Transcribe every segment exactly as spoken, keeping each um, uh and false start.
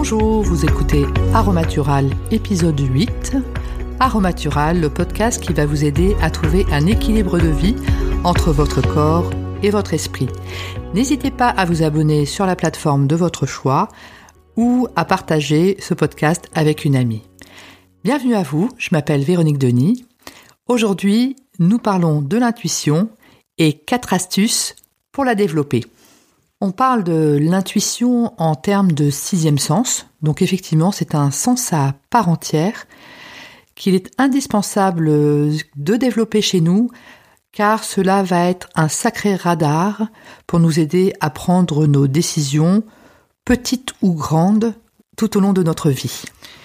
Bonjour, vous écoutez Aromatural épisode huit. Aromatural, le podcast qui va vous aider à trouver un équilibre de vie entre votre corps et votre esprit. N'hésitez pas à vous abonner sur la plateforme de votre choix ou à partager ce podcast avec une amie. Bienvenue à vous, je m'appelle Véronique Denis. Aujourd'hui, nous parlons de l'intuition et quatre astuces pour la développer. On parle de l'intuition en termes de sixième sens, donc effectivement c'est un sens à part entière qu'il est indispensable de développer chez nous car cela va être un sacré radar pour nous aider à prendre nos décisions, petites ou grandes, tout au long de notre vie.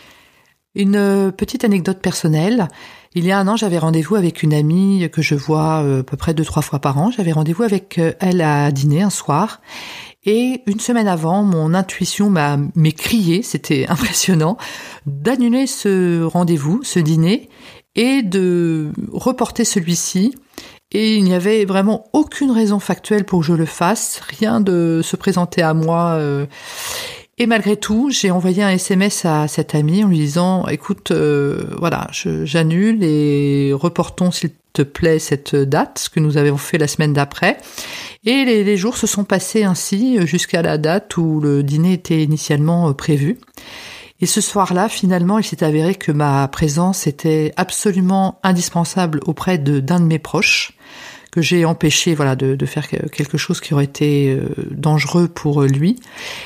Une petite anecdote personnelle, il y a un an j'avais rendez-vous avec une amie que je vois à peu près deux trois fois par an, j'avais rendez-vous avec elle à dîner un soir et une semaine avant mon intuition m'a m'est crié, c'était impressionnant, d'annuler ce rendez-vous, ce dîner et de reporter celui-ci. Et il n'y avait vraiment aucune raison factuelle pour que je le fasse, rien de se présenter à moi. Euh, et malgré tout, j'ai envoyé un S M S à cette amie en lui disant « Écoute, euh, voilà, je, j'annule et reportons s'il te plaît cette date, ce que nous avions fait la semaine d'après. » Et les, les jours se sont passés ainsi jusqu'à la date où le dîner était initialement prévu. Et ce soir-là, finalement, il s'est avéré que ma présence était absolument indispensable auprès de, d'un de mes proches, que j'ai empêché voilà, de, de faire quelque chose qui aurait été dangereux pour lui.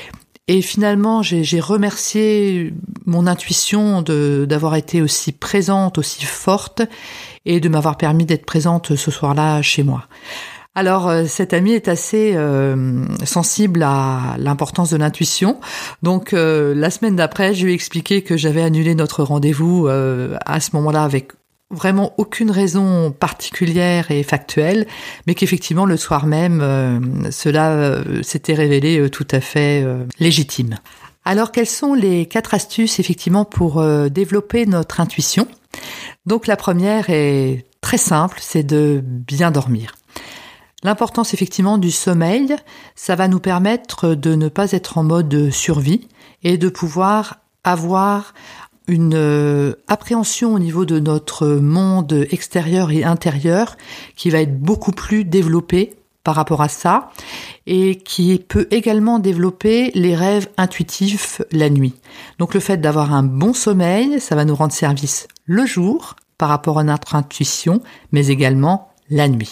Et finalement, j'ai, j'ai remercié mon intuition de, d'avoir été aussi présente, aussi forte, et de m'avoir permis d'être présente ce soir-là chez moi. Alors, cette amie est assez euh, sensible à l'importance de l'intuition. Donc, euh, la semaine d'après, je lui ai expliqué que j'avais annulé notre rendez-vous euh, à ce moment-là avec vraiment aucune raison particulière et factuelle, mais qu'effectivement, le soir même, euh, cela euh, s'était révélé euh, tout à fait euh, légitime. Alors, quelles sont les quatre astuces, effectivement, pour euh, développer notre intuition ? Donc, la première est très simple, c'est de bien dormir. L'importance effectivement du sommeil, ça va nous permettre de ne pas être en mode survie et de pouvoir avoir une euh, appréhension au niveau de notre monde extérieur et intérieur qui va être beaucoup plus développée par rapport à ça et qui peut également développer les rêves intuitifs la nuit. Donc le fait d'avoir un bon sommeil, ça va nous rendre service le jour par rapport à notre intuition, mais également la nuit.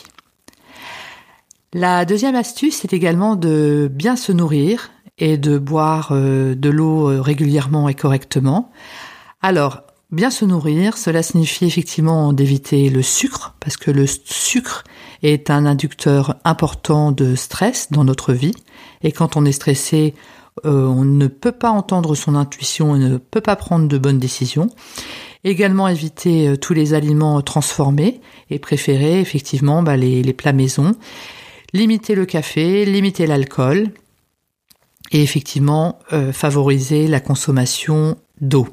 La deuxième astuce, c'est également de bien se nourrir et de boire euh, de l'eau euh, régulièrement et correctement. Alors, bien se nourrir, cela signifie effectivement d'éviter le sucre, parce que le sucre est un inducteur important de stress dans notre vie. Et quand on est stressé, euh, on ne peut pas entendre son intuition, on ne peut pas prendre de bonnes décisions. Également éviter euh, tous les aliments transformés et préférer effectivement bah, les, les plats maison. Limiter le café, limiter l'alcool et effectivement euh, favoriser la consommation d'eau.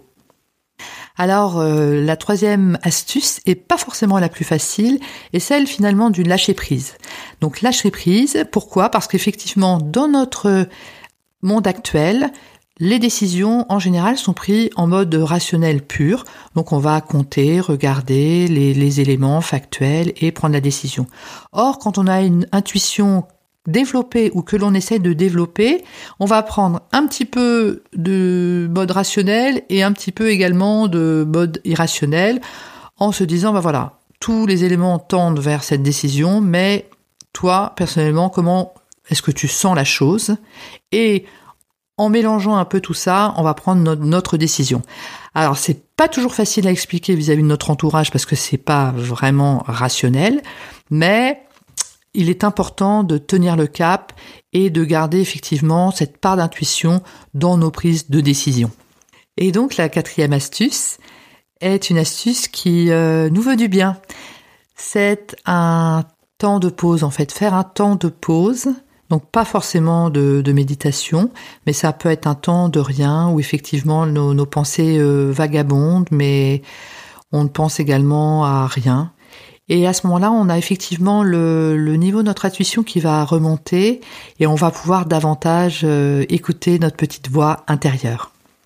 Alors euh, la troisième astuce est pas forcément la plus facile et celle finalement du lâcher prise. Donc lâcher prise, pourquoi ? Parce qu'effectivement dans notre monde actuel, les décisions en général sont prises en mode rationnel pur, donc on va compter, regarder les, les éléments factuels et prendre la décision. Or, quand on a une intuition développée ou que l'on essaie de développer, on va prendre un petit peu de mode rationnel et un petit peu également de mode irrationnel en se disant, bah voilà, tous les éléments tendent vers cette décision, mais toi, personnellement, comment est-ce que tu sens la chose ? Et en mélangeant un peu tout ça, on va prendre notre, notre décision. Alors, c'est pas toujours facile à expliquer vis-à-vis de notre entourage parce que c'est pas vraiment rationnel, mais il est important de tenir le cap et de garder effectivement cette part d'intuition dans nos prises de décision. Et donc, la quatrième astuce est une astuce qui euh, nous veut du bien. C'est un temps de pause, en fait, faire un temps de pause. Donc pas forcément de, de méditation, mais ça peut être un temps de rien où effectivement nos, nos pensées euh, vagabondent, mais on ne pense également à rien. Et à ce moment-là, on a effectivement le, le niveau de notre intuition qui va remonter et on va pouvoir davantage euh, écouter notre petite voix intérieure.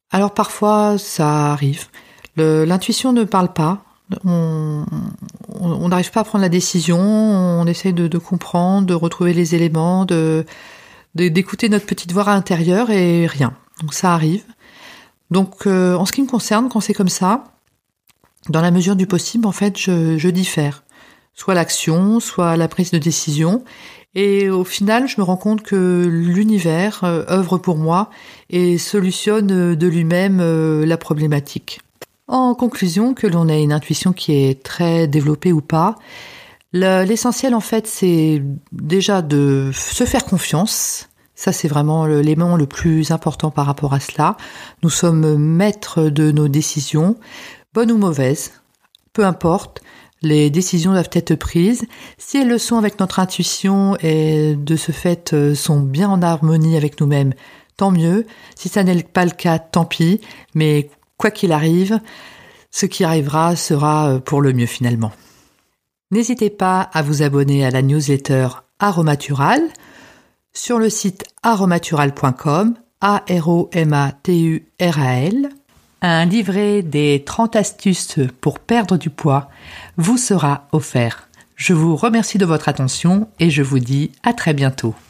Alors parfois, ça arrive. Le, l'intuition ne parle pas. On on n'arrive pas à prendre la décision. On essaye de, de comprendre, de retrouver les éléments, de, de d'écouter notre petite voix intérieure et rien. Donc ça arrive. Donc euh, en ce qui me concerne, quand c'est comme ça, dans la mesure du possible, en fait, je, je diffère. Soit l'action, soit la prise de décision. Et au final, je me rends compte que l'univers euh, œuvre pour moi et solutionne de lui-même euh, la problématique. En conclusion, que l'on ait une intuition qui est très développée ou pas, le, l'essentiel en fait, c'est déjà de se faire confiance. Ça, c'est vraiment l'élément le plus important par rapport à cela. Nous sommes maîtres de nos décisions, bonnes ou mauvaises, peu importe. Les décisions doivent être prises. Si elles le sont avec notre intuition et de ce fait sont bien en harmonie avec nous-mêmes, tant mieux. Si ça n'est pas le cas, tant pis. Mais quoi qu'il arrive, ce qui arrivera sera pour le mieux finalement. N'hésitez pas à vous abonner à la newsletter Aromatural sur le site aromatural point com, A R O M A T U R A L. Un livret des trente astuces pour perdre du poids vous sera offert. Je vous remercie de votre attention et je vous dis à très bientôt.